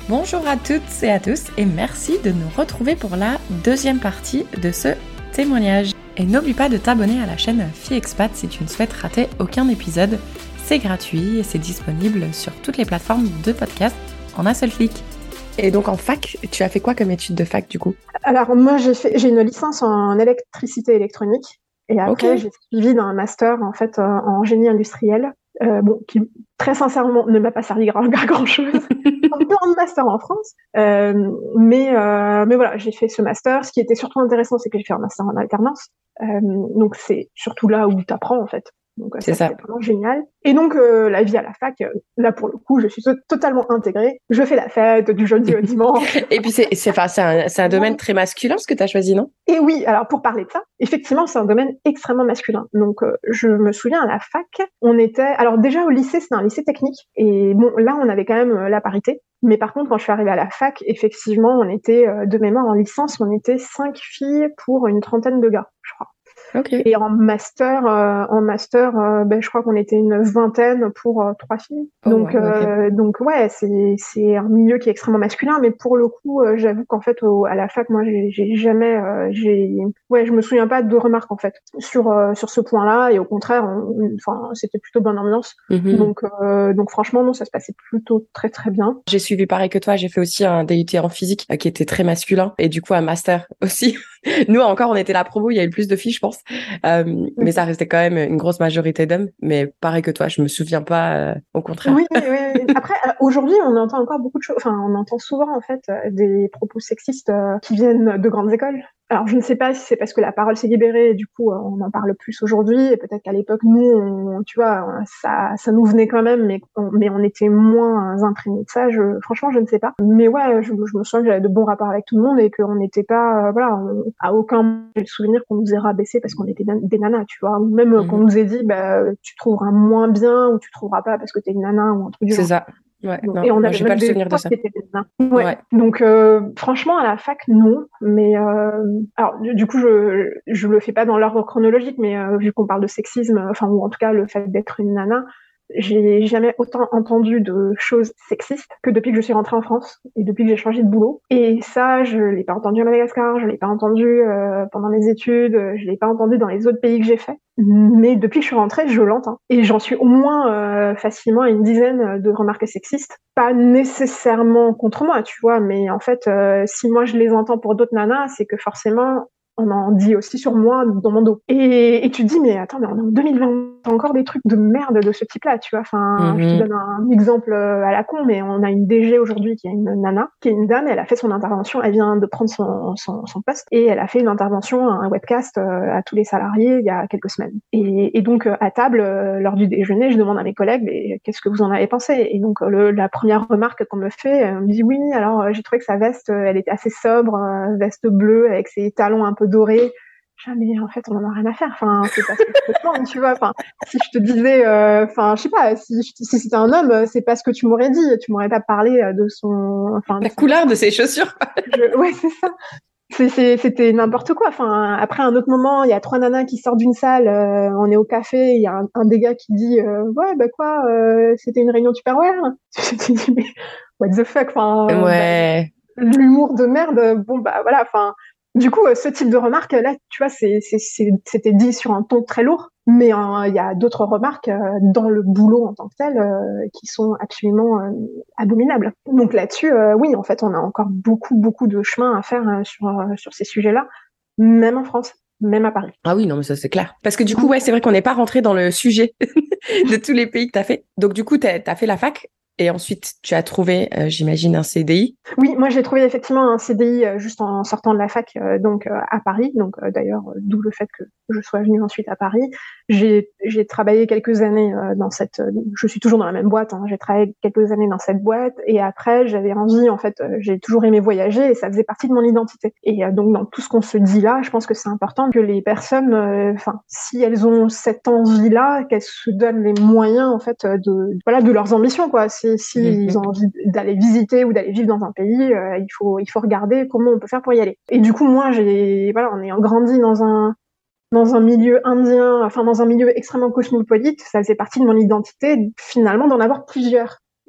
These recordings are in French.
Bonjour à toutes et à tous et merci de nous retrouver pour la deuxième partie de ce témoignage. Et n'oublie pas de t'abonner à la chaîne Fille Expat si tu ne souhaites rater aucun épisode. C'est gratuit et c'est disponible sur toutes les plateformes de podcast en un seul clic. Et donc en fac, tu as fait quoi comme étude de fac du coup ? Alors moi j'ai une licence en électricité électronique et après j'ai suivi d'un master en fait en génie industriel, qui très sincèrement ne m'a pas servi à grand chose. Un peu en master en France, mais voilà, j'ai fait ce master. Ce qui était surtout intéressant, c'est que j'ai fait un master en alternance, donc c'est surtout là où tu apprends en fait. Donc ça c'était vraiment génial. Et donc la vie à la fac, là pour le coup, je suis totalement intégrée. Je fais la fête du jeudi au dimanche. Et puis c'est un domaine très masculin ce que tu as choisi, non ? Et oui, alors pour parler de ça, effectivement, c'est un domaine extrêmement masculin. Donc je me souviens à la fac, on était, alors déjà au lycée, c'était un lycée technique, et bon là on avait quand même la parité. Mais par contre, quand je suis arrivée à la fac, effectivement, on était de mémoire en licence, on était 5 filles pour une trentaine de gars, je crois. Okay. Et en master, je crois qu'on était une vingtaine pour 3 filles. Donc ouais, c'est un milieu qui est extrêmement masculin, mais pour le coup, j'avoue qu'en fait à la fac, moi, j'ai jamais, je me souviens pas de remarques en fait sur ce point-là. Et au contraire, c'était plutôt bonne ambiance. Mm-hmm. Donc franchement, non, ça se passait plutôt très très bien. J'ai suivi pareil que toi. J'ai fait aussi un DUT en physique qui était très masculin et du coup un master aussi. Nous encore, on était la promo, il y a eu plus de filles, je pense. Mais ça restait quand même une grosse majorité d'hommes. Mais pareil que toi, je me souviens pas, au contraire. Oui. Après, aujourd'hui, on entend encore beaucoup de choses. Enfin, on entend souvent en fait des propos sexistes qui viennent de grandes écoles. Alors, je ne sais pas si c'est parce que la parole s'est libérée et du coup, on en parle plus aujourd'hui. Et peut-être qu'à l'époque, nous, tu vois, ça nous venait quand même, mais on était moins imprégnés de ça. Franchement, je ne sais pas. Mais ouais, je me souviens que j'avais de bons rapports avec tout le monde et qu'on n'était pas, à aucun moment, j'ai le souvenir qu'on nous ait rabaissé parce qu'on était des nanas, tu vois. Ou même qu'on nous ait dit, tu trouveras moins bien ou tu trouveras pas parce que t'es une nana ou un truc du genre. C'est ça. Ouais, Et on avait même des profs qui étaient des nains. Ouais. Donc franchement à la fac non, mais alors du coup je le fais pas dans l'ordre chronologique, mais vu qu'on parle de sexisme, ou en tout cas le fait d'être une nana, j'ai jamais autant entendu de choses sexistes que depuis que je suis rentrée en France et depuis que j'ai changé de boulot. Et ça, je l'ai pas entendu à Madagascar, je l'ai pas entendu pendant mes études, je l'ai pas entendu dans les autres pays que j'ai fait. Mais depuis que je suis rentrée, je l'entends. Et j'en suis au moins facilement à une dizaine de remarques sexistes. Pas nécessairement contre moi, tu vois, mais en fait, si moi je les entends pour d'autres nanas, c'est que forcément, on en dit aussi sur moi dans mon dos. Et tu te dis, mais attends, mais on est en 2020, t'as encore des trucs de merde de ce type-là, tu vois. Je te donne un exemple à la con, mais on a une DG aujourd'hui qui est une nana, qui est une dame, elle a fait son intervention, elle vient de prendre son poste, et elle a fait une intervention, un webcast à tous les salariés il y a quelques semaines. Et donc, à table, lors du déjeuner, je demande à mes collègues, mais qu'est-ce que vous en avez pensé ? Et donc, la première remarque qu'on me fait, elle me dit, oui, alors j'ai trouvé que sa veste, elle était assez sobre, veste bleue avec ses talons un peu dorés. Mais en fait, on en a rien à faire. C'est pas ce que je te demande, tu vois. Si je te disais, je sais pas, si c'était un homme, c'est pas ce que tu m'aurais dit. Tu m'aurais pas parlé de son, la couleur de ses chaussures. Ouais, c'est ça. C'était n'importe quoi. Après un autre moment, il y a 3 nanas qui sortent d'une salle, on est au café, il y a un des gars qui dit c'était une réunion Tupperware. Je te dis mais what the fuck, ouais. L'humour de merde. Voilà. Du coup, ce type de remarque là, tu vois, c'était dit sur un ton très lourd. Mais il y a d'autres remarques dans le boulot en tant que tel qui sont absolument abominables. Donc là-dessus, oui, en fait, on a encore beaucoup de chemin à faire sur ces sujets-là, même en France, même à Paris. Ah oui, non, mais ça, c'est clair. Parce que du coup, ouais, c'est vrai qu'on n'est pas rentré dans le sujet de tous les pays que tu as fait. Donc du coup, tu as fait la fac. Et ensuite, tu as trouvé, j'imagine, un CDI. Oui, moi j'ai trouvé effectivement un CDI juste en sortant de la fac, à Paris. Donc d'ailleurs, d'où le fait que je sois venue ensuite à Paris. J'ai travaillé quelques années dans cette. Je suis toujours dans la même boîte. J'ai travaillé quelques années dans cette boîte et après j'avais envie, en fait, j'ai toujours aimé voyager et ça faisait partie de mon identité. Et donc dans tout ce qu'on se dit là, je pense que c'est important que les personnes, si elles ont cette envie-là, qu'elles se donnent les moyens, en fait, de leurs ambitions, quoi. Si ils ont envie d'aller visiter ou d'aller vivre dans un pays, il faut regarder comment on peut faire pour y aller. Et du coup, moi, on ayant grandi dans un milieu indien, dans un milieu extrêmement cosmopolite, ça faisait partie de mon identité, finalement, d'en avoir plusieurs.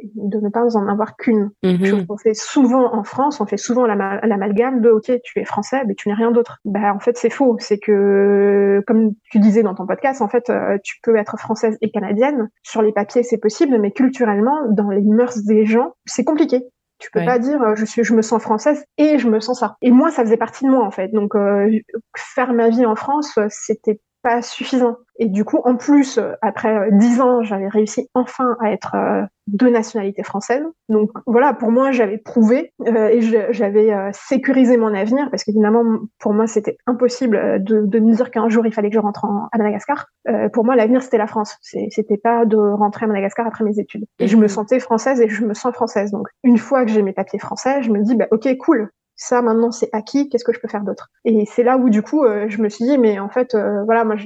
de ne pas en avoir qu'une. Chose qu'on fait souvent en France, on fait souvent l'amalgame de ok, tu es français, mais tu n'es rien d'autre. En fait, c'est faux. C'est que, comme tu disais dans ton podcast, en fait, tu peux être française et canadienne. Sur les papiers, c'est possible, mais culturellement, dans les mœurs des gens, c'est compliqué. Tu peux pas dire je me sens française et je me sens ça. Et moi, ça faisait partie de moi en fait. Donc faire ma vie en France, c'était pas suffisant. Et du coup, en plus, après 10 ans, j'avais réussi enfin à être de nationalité française. Donc voilà, pour moi, j'avais prouvé et j'avais sécurisé mon avenir parce qu'évidemment, pour moi, c'était impossible de me dire qu'un jour, il fallait que je rentre à Madagascar. Pour moi, l'avenir, c'était la France. C'était pas de rentrer à Madagascar après mes études. Et je me sentais française et je me sens française. Donc une fois que j'ai mes papiers français, je me dis, ok, cool. Ça, maintenant, c'est acquis. Qu'est-ce que je peux faire d'autre? Et c'est là où, du coup, je me suis dit, mais en fait, voilà, moi,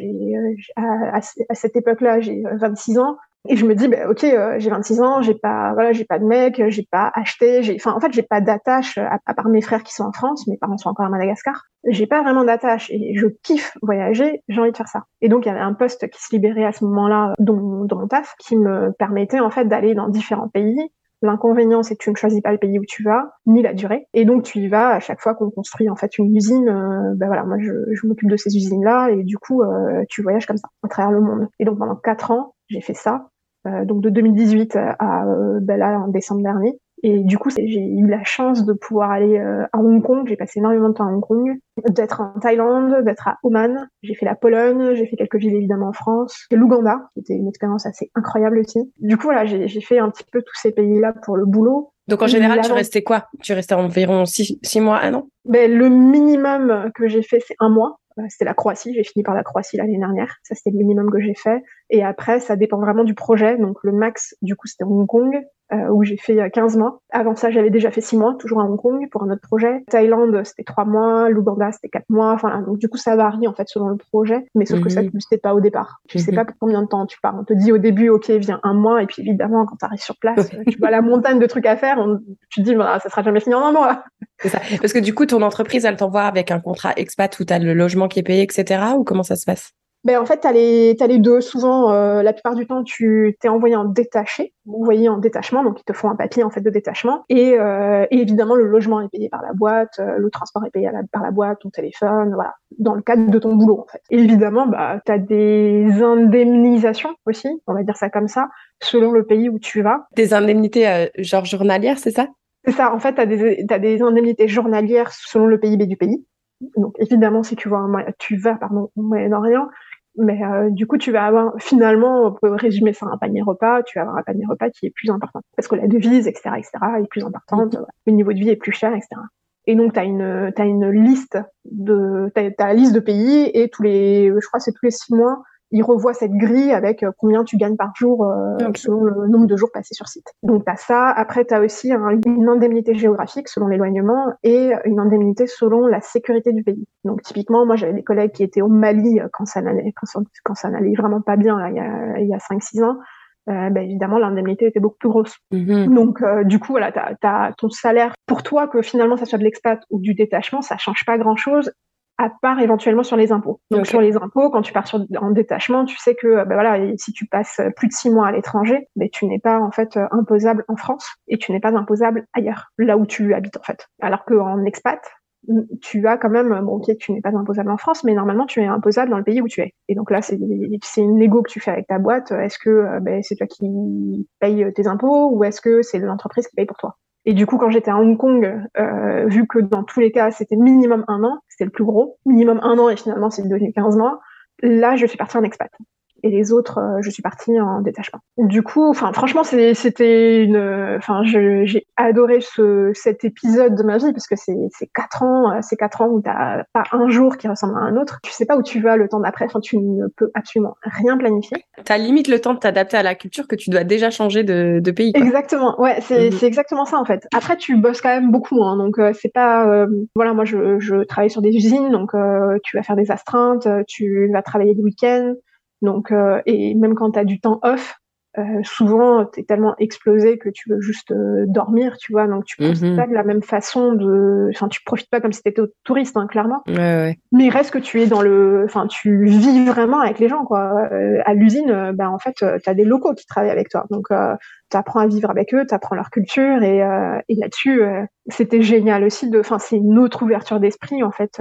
à cette époque-là, j'ai 26 ans. Et je me dis, ok, j'ai 26 ans, j'ai pas de mec, j'ai pas acheté, en fait, j'ai pas d'attache, à part mes frères qui sont en France, mes parents sont encore à Madagascar. J'ai pas vraiment d'attache et je kiffe voyager, j'ai envie de faire ça. Et donc, il y avait un poste qui se libérait à ce moment-là, dans mon taf, qui me permettait, en fait, d'aller dans différents pays. L'inconvénient, c'est que tu ne choisis pas le pays où tu vas, ni la durée. Et donc, tu y vas à chaque fois qu'on construit, en fait, une usine. Voilà, moi, je m'occupe de ces usines-là et du coup, tu voyages comme ça, à travers le monde. Et donc, pendant 4 ans, j'ai fait ça. Donc, de 2018 à là, en décembre dernier. Et du coup, j'ai eu la chance de pouvoir aller à Hong Kong. J'ai passé énormément de temps à Hong Kong, d'être en Thaïlande, d'être à Oman. J'ai fait la Pologne, j'ai fait quelques villes évidemment en France. Et l'Ouganda, qui était une expérience assez incroyable aussi. Du coup, voilà, j'ai fait un petit peu tous ces pays-là pour le boulot. Donc en général, tu restais quoi? Tu restais environ 6 mois, 1 an? Le minimum que j'ai fait, c'est 1 mois. C'était la Croatie, j'ai fini par la Croatie l'année dernière. Ça, c'était le minimum que j'ai fait. Et après, ça dépend vraiment du projet. Donc le max, du coup, c'était Hong Kong, où j'ai fait 15 mois. Avant ça, j'avais déjà fait 6 mois, toujours à Hong Kong, pour un autre projet. Thaïlande, c'était 3 mois. L'Ouganda, c'était 4 mois. Enfin, donc du coup, ça varie, en fait, selon le projet. Mais sauf que ça, tu ne sais pas au départ. Tu sais pas pour combien de temps tu pars. On te dit au début, ok, viens 1 mois. Et puis évidemment, quand tu arrives sur place, tu vois la montagne de trucs à faire. Tu te dis, ça sera jamais fini en 1 mois. C'est ça. Parce que du coup, ton entreprise, elle t'envoie avec un contrat expat où tu as le logement qui est payé, etc. Ou comment ça se passe? En fait, t'as les deux. Souvent, la plupart du temps, tu t'es envoyé en détaché, envoyé en détachement, donc ils te font un papier en fait de détachement. Et évidemment, le logement est payé par la boîte, le transport est payé par la boîte, ton téléphone, voilà, dans le cadre de ton boulot en fait. Et évidemment, t'as des indemnisations aussi, on va dire ça comme ça, selon le pays où tu vas. Des indemnités genre journalières, c'est ça? C'est ça. En fait, t'as des indemnités journalières selon le PIB du pays. Donc évidemment, si tu vas au Moyen-Orient. Mais du coup, tu vas avoir, finalement, on peut résumer ça un panier repas, tu vas avoir un panier repas qui est plus important. Parce que la devise, etc., est plus importante, le niveau de vie est plus cher, etc. Et donc, t'as une liste t'as la liste de pays et je crois que c'est tous les 6 mois, ils revoient cette grille avec combien tu gagnes par jour selon le nombre de jours passés sur site. Donc t'as ça. Après t'as aussi une indemnité géographique selon l'éloignement et une indemnité selon la sécurité du pays. Donc typiquement, moi j'avais des collègues qui étaient au Mali quand ça n'allait vraiment pas bien là, il y a 5-6 ans. Évidemment l'indemnité était beaucoup plus grosse. Donc du coup voilà, t'as ton salaire. Pour toi, que finalement ça soit de l'expat ou du détachement, ça change pas grand chose, à part éventuellement sur les impôts. Donc sur les impôts, quand tu pars en détachement, tu sais que voilà, si tu passes plus de 6 mois à l'étranger, tu n'es pas en fait imposable en France et tu n'es pas imposable ailleurs, là où tu habites en fait. Alors qu'en expat, tu as quand même, ok, tu n'es pas imposable en France, mais normalement tu es imposable dans le pays où tu es. Et donc là, c'est une négo que tu fais avec ta boîte. Est-ce que c'est toi qui payes tes impôts ou est-ce que c'est l'entreprise qui paye pour toi? Et du coup, quand j'étais à Hong Kong, vu que dans tous les cas, c'était minimum 1 an, c'était le plus gros, minimum 1 an et finalement c'est devenu 15 mois, là, je suis partie en expat. Et les autres, je suis partie en détachement. Du coup, franchement, j'ai adoré cet épisode de ma vie parce que c'est 4 ans où t'as pas un jour qui ressemble à un autre. Tu sais pas où tu vas le temps d'après. Tu ne peux absolument rien planifier. T'as limite le temps de t'adapter à la culture que tu dois déjà changer de pays, quoi. Exactement. Ouais, c'est exactement ça en fait. Après, tu bosses quand même beaucoup, hein, donc c'est pas. Voilà, moi je travaille sur des usines, donc tu vas faire des astreintes, tu vas travailler le week-end. Donc, et même quand tu as du temps off, souvent tu es tellement explosé que tu veux juste dormir, tu vois. Donc tu profites pas de la même façon tu profites pas comme si tu étais touriste, hein, clairement. Ouais. Mais il reste que tu es tu vis vraiment avec les gens, quoi. À l'usine, en fait, tu as des locaux qui travaillent avec toi. Donc, tu t'apprends à vivre avec eux, t'apprends leur culture et là-dessus, c'était génial aussi c'est une autre ouverture d'esprit en fait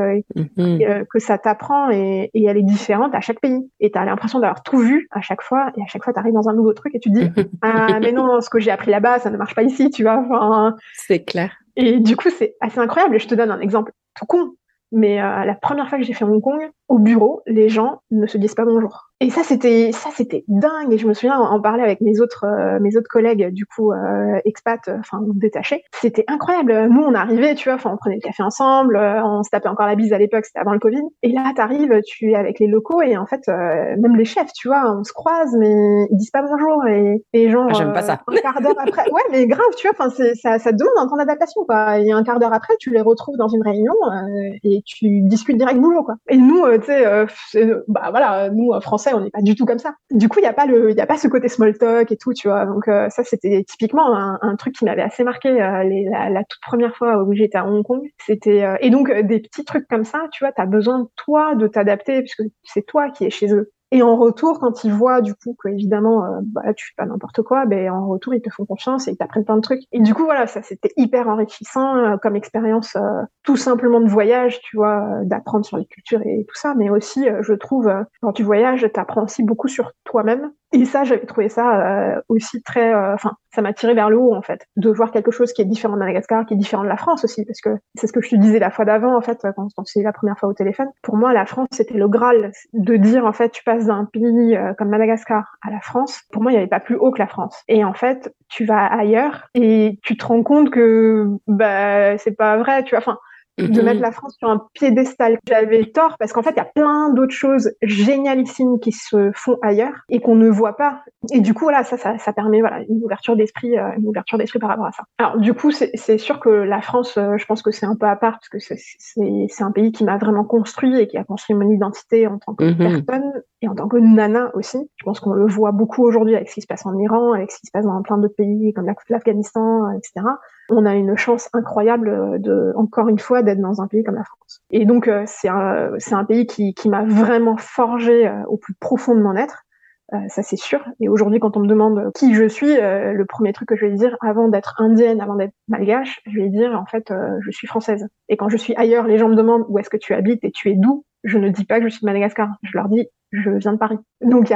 que ça t'apprend et elle est différente à chaque pays et t'as l'impression d'avoir tout vu à chaque fois et à chaque fois t'arrives dans un nouveau truc et tu te dis ah mais non, ce que j'ai appris là-bas ça ne marche pas ici, tu vois. C'est clair. Et du coup c'est assez incroyable et je te donne un exemple tout con. Mais la première fois que j'ai fait Hong Kong, au bureau, les gens ne se disent pas bonjour. Et ça c'était dingue. Et je me souviens en parler avec mes autres collègues, du coup expats, détachés. C'était incroyable. Nous on arrivait, tu vois, on prenait le café ensemble, on se tapait encore la bise à l'époque, c'était avant le Covid. Et là t'arrives, tu es avec les locaux et en fait même les chefs, tu vois, on se croise mais ils disent pas bonjour et genre j'aime pas ça. un quart d'heure après. Ouais mais grave, tu vois, ça demande un temps d'adaptation quoi. Et un quart d'heure après tu les retrouves dans une réunion et tu discutes direct boulot quoi. Et nous tu sais nous Français on n'est pas du tout comme ça. Du coup il y a pas ce côté small talk et tout, tu vois. Donc ça c'était typiquement un truc qui m'avait assez marqué la toute première fois où j'étais à Hong Kong. C'était et donc des petits trucs comme ça, tu vois, t'as besoin toi de t'adapter puisque c'est toi qui es chez eux. Et en retour, quand ils voient du coup que évidemment tu fais pas n'importe quoi, en retour ils te font confiance et ils t'apprennent plein de trucs. Et du coup voilà, ça c'était hyper enrichissant comme expérience, tout simplement de voyage, tu vois, d'apprendre sur les cultures et tout ça, mais aussi je trouve quand tu voyages, t'apprends aussi beaucoup sur toi-même. Et ça, j'avais trouvé ça aussi très, ça m'a tiré vers le haut en fait, de voir quelque chose qui est différent de Madagascar, qui est différent de la France aussi, parce que c'est ce que je te disais la fois d'avant en fait, quand c'est la première fois au téléphone. Pour moi, la France c'était le Graal, de dire en fait, tu passes d'un pays comme Madagascar à la France. Pour moi, il n'y avait pas plus haut que la France. Et en fait, tu vas ailleurs et tu te rends compte que c'est pas vrai, tu vois. De mettre la France sur un piédestal. J'avais tort parce qu'en fait, il y a plein d'autres choses génialissimes qui se font ailleurs et qu'on ne voit pas. Et du coup, voilà, ça permet une ouverture d'esprit par rapport à ça. Alors du coup, c'est sûr que la France, je pense que c'est un peu à part parce que c'est un pays qui m'a vraiment construit et qui a construit mon identité en tant que personne et en tant que nana aussi. Je pense qu'on le voit beaucoup aujourd'hui avec ce qui se passe en Iran, avec ce qui se passe dans plein d'autres pays comme l'Afghanistan, etc. On a une chance incroyable encore une fois, d'être dans un pays comme la France. Et donc, c'est un pays qui m'a vraiment forgé au plus profond de mon être. Ça, c'est sûr. Et aujourd'hui, quand on me demande qui je suis, le premier truc que je vais dire, avant d'être indienne, avant d'être malgache, je vais dire, en fait, je suis française. Et quand je suis ailleurs, les gens me demandent où est-ce que tu habites et tu es d'où. Je ne dis pas que je suis de Madagascar. Je leur dis, je viens de Paris. Donc,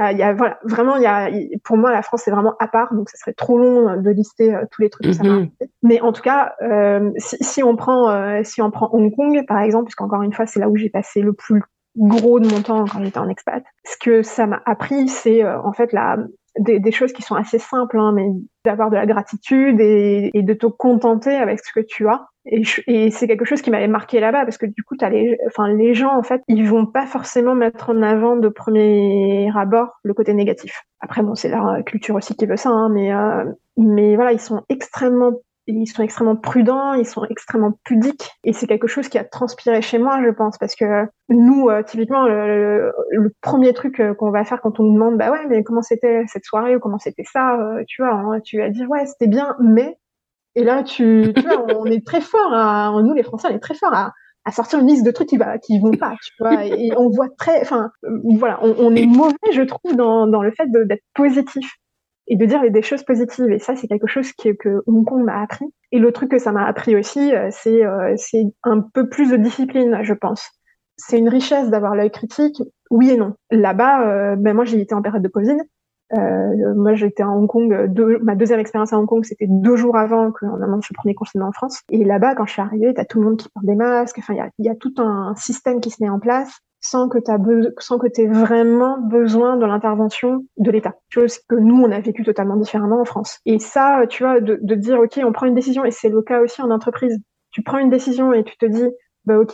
pour moi, la France, c'est vraiment à part. Donc, ça serait trop long de lister tous les trucs que ça m'a apporté. Mais en tout cas, si on prend Hong Kong, par exemple, puisqu'encore une fois, c'est là où j'ai passé le plus gros de mon temps quand j'étais en expat. Ce que ça m'a appris, c'est en fait des choses qui sont assez simples, mais d'avoir de la gratitude et de te contenter avec ce que tu as. Et c'est quelque chose qui m'avait marqué là-bas parce que du coup, les gens en fait, ils vont pas forcément mettre en avant de premier abord le côté négatif. Après, bon, c'est leur culture aussi qui veut ça, mais voilà, ils sont extrêmement prudents, ils sont extrêmement pudiques. Et c'est quelque chose qui a transpiré chez moi, je pense, parce que nous, typiquement, le premier truc qu'on va faire quand on nous demande, bah ouais, mais comment c'était cette soirée ou comment c'était ça, tu vois, tu vas dire, ouais, c'était bien, mais... Et là, tu vois, on est très fort nous, les Français, on est très fort à sortir une liste de trucs qui vont pas, tu vois, et on voit voilà, on est mauvais, je trouve, dans le fait d'être positif et de dire des choses positives. Et ça, c'est quelque chose que Hong Kong m'a appris. Et le truc que ça m'a appris aussi, c'est un peu plus de discipline, je pense. C'est une richesse d'avoir l'œil critique, oui et non. Là-bas, moi, j'y étais en période de Covid. Moi, j'étais à Hong Kong, ma deuxième expérience à Hong Kong, c'était 2 jours avant qu'on annonce le premier confinement en France. Et là-bas, quand je suis arrivée, t'as tout le monde qui porte des masques. Enfin, il y a tout un système qui se met en place sans que t'aies vraiment besoin de l'intervention de l'État. Chose que nous, on a vécu totalement différemment en France. Et ça, tu vois, de dire, OK, on prend une décision, et c'est le cas aussi en entreprise. Tu prends une décision et tu te dis, OK,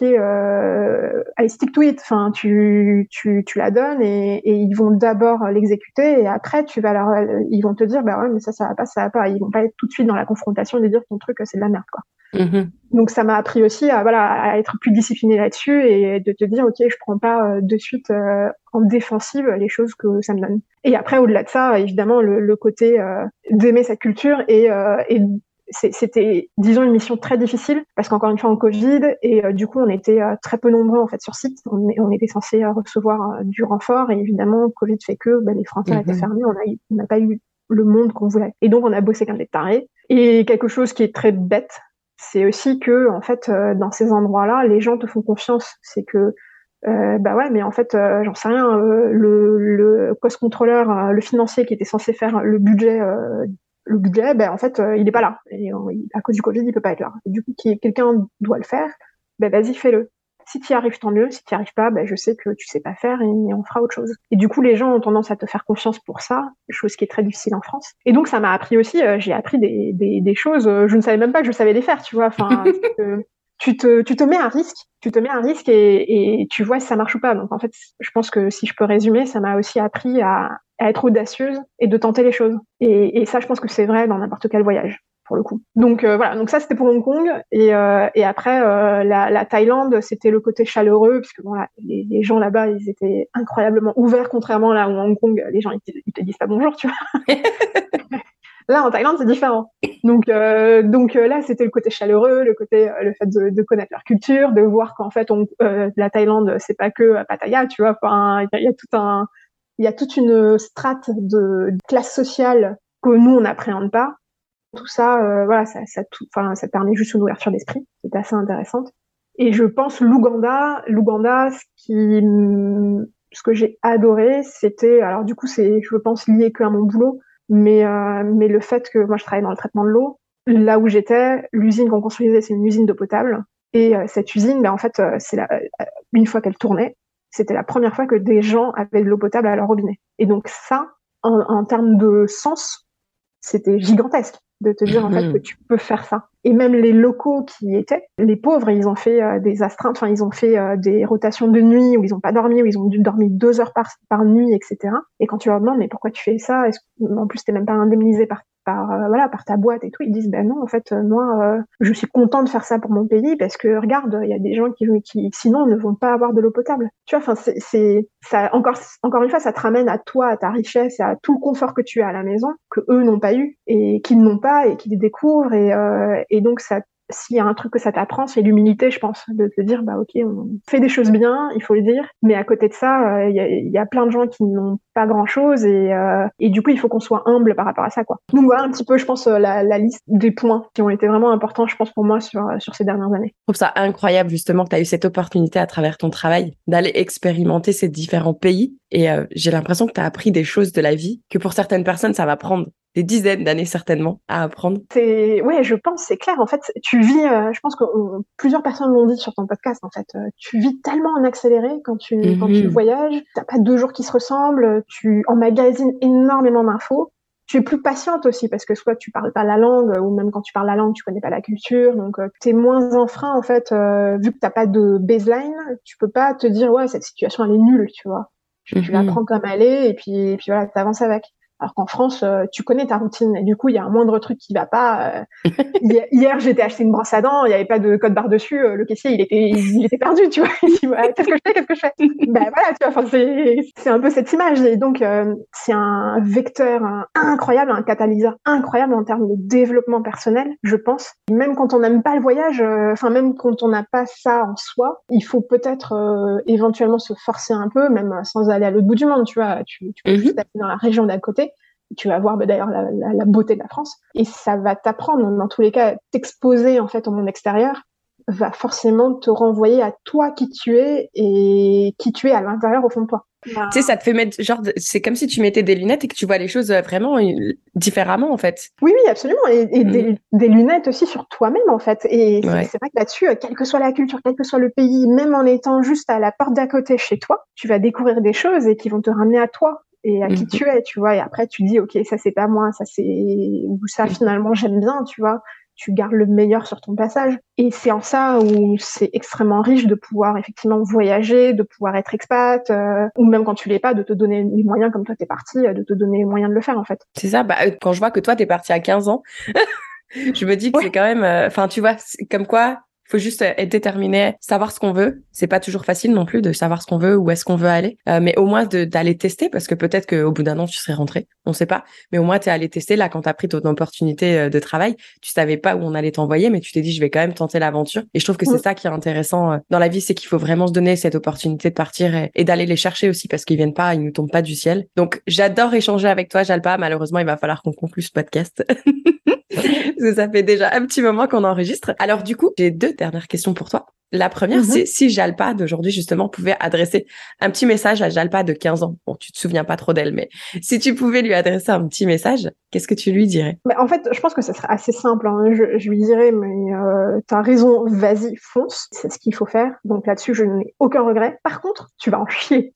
I stick to it. Enfin, tu la donnes et ils vont d'abord l'exécuter et après ils vont te dire, bah ouais, mais ça va pas, ça va pas. Ils vont pas être tout de suite dans la confrontation de dire ton truc, c'est de la merde, quoi. Donc ça m'a appris aussi à être plus disciplinée là-dessus et de te dire, OK, je prends pas de suite en défensive les choses que ça me donne. Et après, au-delà de ça, évidemment, le côté d'aimer sa culture et c'était, disons, une mission très difficile parce qu'encore une fois en Covid et du coup on était très peu nombreux en fait sur site. On était censé recevoir du renfort et évidemment Covid fait que les frontières étaient fermées. On n'a pas eu le monde qu'on voulait. Et donc, on a bossé comme des tarés. Et quelque chose qui est très bête, c'est aussi que, en fait, dans ces endroits-là, les gens te font confiance. C'est que, bah ouais, mais en fait, j'en sais rien, le cost controller, le financier qui était censé faire le budget, ben en fait, il est pas là. Et à cause du Covid, il peut pas être là. Et du coup, quelqu'un doit le faire, ben vas-y, fais-le. Si tu y arrives, tant mieux. Si tu y arrives pas, ben je sais que tu sais pas faire et on fera autre chose. Et du coup, les gens ont tendance à te faire confiance pour ça, chose qui est très difficile en France. Et donc, ça m'a appris aussi, j'ai appris des choses, je ne savais même pas que je savais les faire, tu vois. Enfin, tu te mets à risque, et tu vois si ça marche ou pas. Donc, en fait, je pense que si je peux résumer, ça m'a aussi appris à être audacieuse et de tenter les choses. Et ça, je pense que c'est vrai dans n'importe quel voyage, pour le coup. Donc voilà, donc ça c'était pour Hong Kong. Et après, la Thaïlande, c'était le côté chaleureux, puisque bon, là, les gens là-bas, ils étaient incroyablement ouverts, contrairement là où à Hong Kong, les gens, ils te disent pas bonjour, tu vois. Là, en Thaïlande, c'est différent. Donc là, c'était le côté chaleureux, le fait de connaître leur culture, de voir qu'en fait, la Thaïlande, c'est pas que Pattaya, tu vois. Enfin, il y a toute une strate de classe sociale que nous, on n'appréhende pas. Tout ça, voilà, ça permet juste une ouverture d'esprit, qui est assez intéressante. Et je pense l'Ouganda, ce que j'ai adoré, c'était, alors du coup, c'est, je pense, lié que à mon boulot, mais le fait que moi, je travaillais dans le traitement de l'eau, là où j'étais, l'usine qu'on construisait, c'est une usine d'eau potable. Et cette usine, ben, en fait, une fois qu'elle tournait, c'était la première fois que des gens avaient de l'eau potable à leur robinet. Et donc ça, en termes de sens, c'était gigantesque de te dire en fait que tu peux faire ça. Et même les locaux qui y étaient, les pauvres, ils ont fait des astreintes, enfin ils ont fait des rotations de nuit où ils n'ont pas dormi, où ils ont dû dormir 2 heures par nuit, etc. Et quand tu leur demandes mais pourquoi tu fais ça, en plus t'es même pas indemnisé par ta boîte et tout, ils disent ben non, en fait moi je suis content de faire ça pour mon pays parce que regarde, il y a des gens qui sinon ne vont pas avoir de l'eau potable. Tu vois, enfin c'est ça, encore une fois, ça te ramène à toi, à ta richesse, à tout le confort que tu as à la maison que eux n'ont pas eu et qu'ils n'ont pas et qu'ils découvrent. Et donc ça, s'il y a un truc que ça t'apprend, c'est l'humilité, je pense, de te dire bah ok, on fait des choses bien, il faut le dire, mais à côté de ça, il y a plein de gens qui n'ont pas grand chose et du coup il faut qu'on soit humble par rapport à ça, quoi. Donc voilà un petit peu, je pense, la liste des points qui ont été vraiment importants, je pense, pour moi sur ces dernières années. Je trouve ça incroyable justement que tu as eu cette opportunité à travers ton travail d'aller expérimenter ces différents pays et j'ai l'impression que tu as appris des choses de la vie que pour certaines personnes ça va prendre des dizaines d'années certainement à apprendre. Ouais, je pense, c'est clair. En fait, tu vis, je pense que plusieurs personnes l'ont dit sur ton podcast, en fait, tu vis tellement en accéléré quand tu voyages, t'as pas 2 jours qui se ressemblent, tu emmagasines énormément d'infos. Tu es plus patiente aussi parce que soit tu parles pas la langue ou même quand tu parles la langue, tu connais pas la culture, donc t'es moins en frein en fait, vu que t'as pas de baseline, tu peux pas te dire ouais cette situation elle est nulle, tu vois. Tu la prends comme elle est et puis voilà, t'avances avec. Alors qu'en France, tu connais ta routine et du coup, il y a un moindre truc qui va pas. Hier, j'étais acheté une brosse à dents, il n'y avait pas de code barre dessus. Le caissier, il était perdu, tu vois. Il dit, ouais, qu'est-ce que je fais Ben voilà, tu vois. Enfin, c'est un peu cette image. Et donc, c'est un vecteur incroyable, un catalyseur incroyable en termes de développement personnel, je pense. Même quand on n'aime pas le voyage, même quand on n'a pas ça en soi, il faut peut-être éventuellement se forcer un peu, même sans aller à l'autre bout du monde, tu vois. Tu peux juste aller dans la région d'à côté. Tu vas voir d'ailleurs la beauté de la France et ça va t'apprendre dans tous les cas, t'exposer en fait au monde extérieur va forcément te renvoyer à toi qui tu es et qui tu es à l'intérieur au fond de toi. Tu sais, ça te fait mettre genre c'est comme si tu mettais des lunettes et que tu vois les choses vraiment différemment en fait. Oui, absolument, et des lunettes aussi sur toi-même en fait. Et c'est vrai que là-dessus, quelle que soit la culture, quel que soit le pays, même en étant juste à la porte d'à côté chez toi, tu vas découvrir des choses et qui vont te ramener à toi et à qui tu es, tu vois. Et après, tu dis, ok, ça c'est pas moi, ou ça finalement j'aime bien, tu vois. Tu gardes le meilleur sur ton passage. Et c'est en ça où c'est extrêmement riche de pouvoir effectivement voyager, de pouvoir être expat, ou même quand tu l'es pas, de te donner les moyens, comme toi t'es parti, de te donner les moyens de le faire en fait. C'est ça, quand je vois que toi t'es parti à 15 ans, je me dis que c'est quand même, tu vois, comme quoi Il faut juste être déterminé, savoir ce qu'on veut. C'est pas toujours facile non plus de savoir ce qu'on veut, où est-ce qu'on veut aller. Mais au moins d'aller tester, parce que peut-être qu'au bout d'un an, tu serais rentré. On sait pas. Mais au moins, t'es allé tester. Là, quand t'as pris ton opportunité de travail, tu savais pas où on allait t'envoyer, mais tu t'es dit, je vais quand même tenter l'aventure. Et je trouve que c'est ça qui est intéressant dans la vie, c'est qu'il faut vraiment se donner cette opportunité de partir et d'aller les chercher aussi, parce qu'ils viennent pas, ils nous tombent pas du ciel. Donc, j'adore échanger avec toi, Jalpa. Malheureusement, il va falloir qu'on conclue ce podcast. Parce que ça fait déjà un petit moment qu'on enregistre. Alors du coup, j'ai 2 dernières questions pour toi. La première, c'est si Jalpa d'aujourd'hui, justement, pouvait adresser un petit message à Jalpa de 15 ans. Bon, tu te souviens pas trop d'elle, mais si tu pouvais lui adresser un petit message, qu'est-ce que tu lui dirais? En fait, je pense que ça serait assez simple. Hein. Je lui dirais, mais t'as raison, vas-y, fonce. C'est ce qu'il faut faire. Donc là-dessus, je n'ai aucun regret. Par contre, tu vas en chier.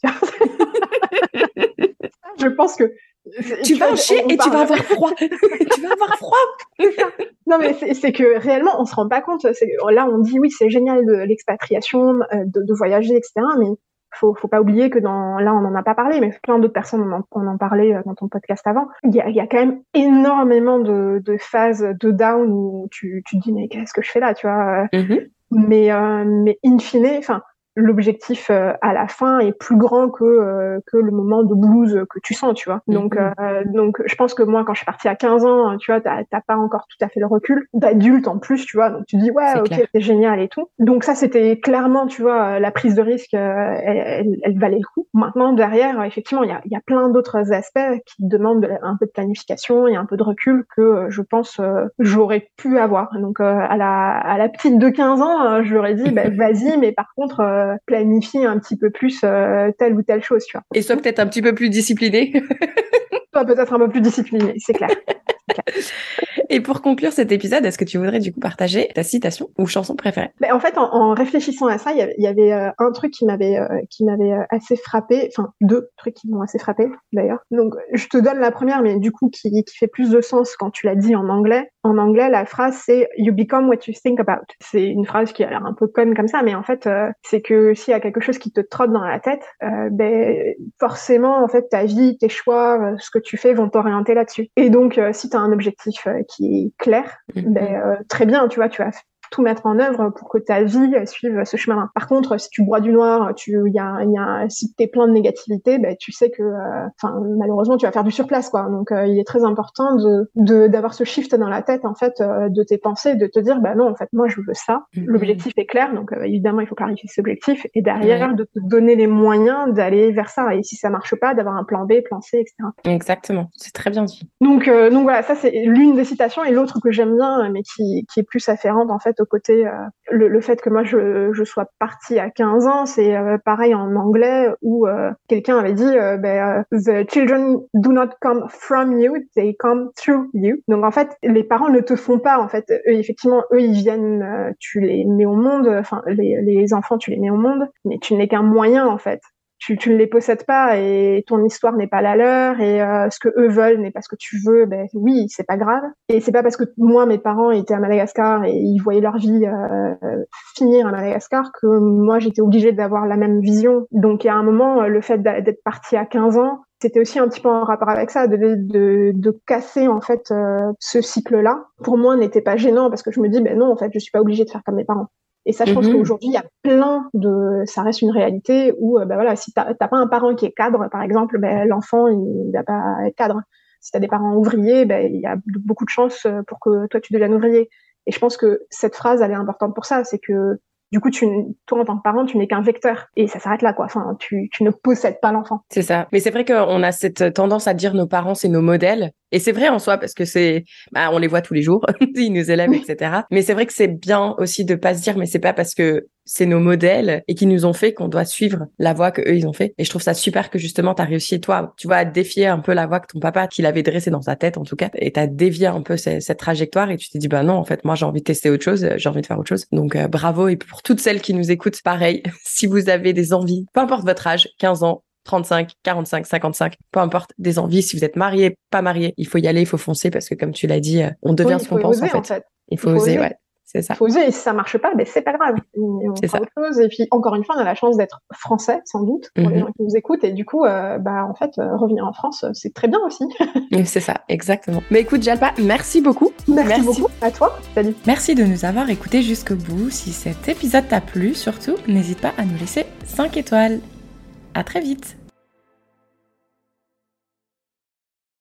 Je pense que tu vas en chier et tu vas avoir froid. Tu vas avoir froid. Non, mais c'est que réellement, on se rend pas compte. Là, on dit oui, c'est génial l'expatriation, de voyager, etc. Mais faut pas oublier que là, on en a pas parlé, mais plein d'autres personnes en parlait dans ton podcast avant. Il y a quand même énormément de phases de down où tu te dis mais qu'est-ce que je fais là, tu vois. Mais in fine, enfin. L'objectif à la fin est plus grand que le moment de blues que tu sens, tu vois. Donc je pense que moi, quand je suis partie à 15 ans, tu vois, t'as pas encore tout à fait le recul d'adulte en plus, tu vois. Donc tu dis ouais, ok, c'est génial et tout. Donc ça, c'était clairement, tu vois, la prise de risque, elle valait le coup. Maintenant, derrière, effectivement, il y a plein d'autres aspects qui demandent un peu de planification et un peu de recul que je pense j'aurais pu avoir. Donc à la petite de 15 ans, je lui aurais dit vas-y, mais par contre planifier un petit peu plus telle ou telle chose, tu vois. Et sois peut-être un petit peu plus discipliné. Sois peut-être un peu plus discipliné, c'est clair. Et pour conclure cet épisode, est-ce que tu voudrais du coup partager ta citation ou chanson préférée? En fait, en réfléchissant à ça, il y avait un truc qui m'avait assez frappé, enfin 2 trucs qui m'ont assez frappé d'ailleurs. Donc je te donne la première, mais du coup qui fait plus de sens quand tu l'as dit en anglais. En anglais, la phrase c'est "You become what you think about". C'est une phrase qui a l'air un peu conne comme ça, mais en fait c'est que s'il y a quelque chose qui te trotte dans la tête, forcément en fait ta vie, tes choix, ce que tu fais vont t'orienter là-dessus. Et donc si tu as un objectif qui est clair, très bien, tu vois, tu vas tout mettre en œuvre pour que ta vie suive ce chemin-là. Par contre, si tu broies du noir, si t'es plein de négativité, tu sais que, malheureusement, tu vas faire du surplace, quoi. Donc, il est très important d'avoir ce shift dans la tête, en fait, de tes pensées, de te dire, non, en fait, moi, je veux ça. L'objectif est clair, donc évidemment, il faut clarifier cet objectif, et derrière, de te donner les moyens d'aller vers ça. Et si ça marche pas, d'avoir un plan B, plan C, etc. Exactement, c'est très bien dit. Donc voilà, ça c'est l'une des citations, et l'autre que j'aime bien, mais qui est plus afférente en fait au côté le fait que moi je sois partie à 15 ans, c'est pareil en anglais où quelqu'un avait dit the children do not come from you, they come through you. Donc en fait, les parents ne te font pas, en fait, effectivement eux ils viennent, tu les mets au monde, enfin les enfants tu les mets au monde, mais tu n'es qu'un moyen en fait. Tu ne les possèdes pas et ton histoire n'est pas la leur et ce que eux veulent n'est pas ce que tu veux, oui, c'est pas grave. Et c'est pas parce que moi, mes parents étaient à Madagascar et ils voyaient leur vie finir à Madagascar que moi, j'étais obligée d'avoir la même vision. Donc, il y a un moment, le fait d'être partie à 15 ans, c'était aussi un petit peu en rapport avec ça, de casser en fait ce cycle-là. Pour moi, n'était pas gênant parce que je me dis, non, en fait, je suis pas obligée de faire comme mes parents. Et ça, je pense qu'aujourd'hui, il y a ça reste une réalité où, si t'as pas un parent qui est cadre, par exemple, l'enfant, il va pas être cadre. Si t'as des parents ouvriers, il y a beaucoup de chances pour que toi, tu deviennes ouvrier. Et je pense que cette phrase, elle est importante pour ça. C'est que, du coup, toi, en tant que parent, tu n'es qu'un vecteur. Et ça s'arrête là, quoi. Enfin, tu ne possèdes pas l'enfant. C'est ça. Mais c'est vrai qu'on a cette tendance à dire nos parents, c'est nos modèles. Et c'est vrai en soi, parce que on les voit tous les jours. Ils nous élèvent, etc. Mais c'est vrai que c'est bien aussi de pas se dire, mais c'est pas parce que c'est nos modèles et qu'ils nous ont fait qu'on doit suivre la voie que eux ils ont fait. Et je trouve ça super que justement t'as réussi, toi, tu vois, à défier un peu la voie que ton papa, qu'il avait dressée dans sa tête, en tout cas. Et t'as dévié un peu cette trajectoire et tu t'es dit, non, en fait, moi, j'ai envie de tester autre chose. J'ai envie de faire autre chose. Donc, bravo. Et pour toutes celles qui nous écoutent, pareil, si vous avez des envies, peu importe votre âge, 15 ans, 35, 45, 55, peu importe, des envies. Si vous êtes marié, pas marié, il faut y aller, il faut foncer parce que comme tu l'as dit, on devient ce qu'on pense en fait. Il faut oser, ouais. C'est ça. Faut oser, et si ça marche pas, c'est pas grave. On fera autre chose. Et puis, encore une fois, on a la chance d'être français, sans doute, pour les gens qui nous écoutent. Et du coup, en fait, revenir en France, c'est très bien aussi. C'est ça, exactement. Mais écoute, Jalpa, merci beaucoup. Merci beaucoup à toi. Salut. Merci de nous avoir écoutés jusqu'au bout. Si cet épisode t'a plu, surtout, n'hésite pas à nous laisser 5 étoiles. À très vite.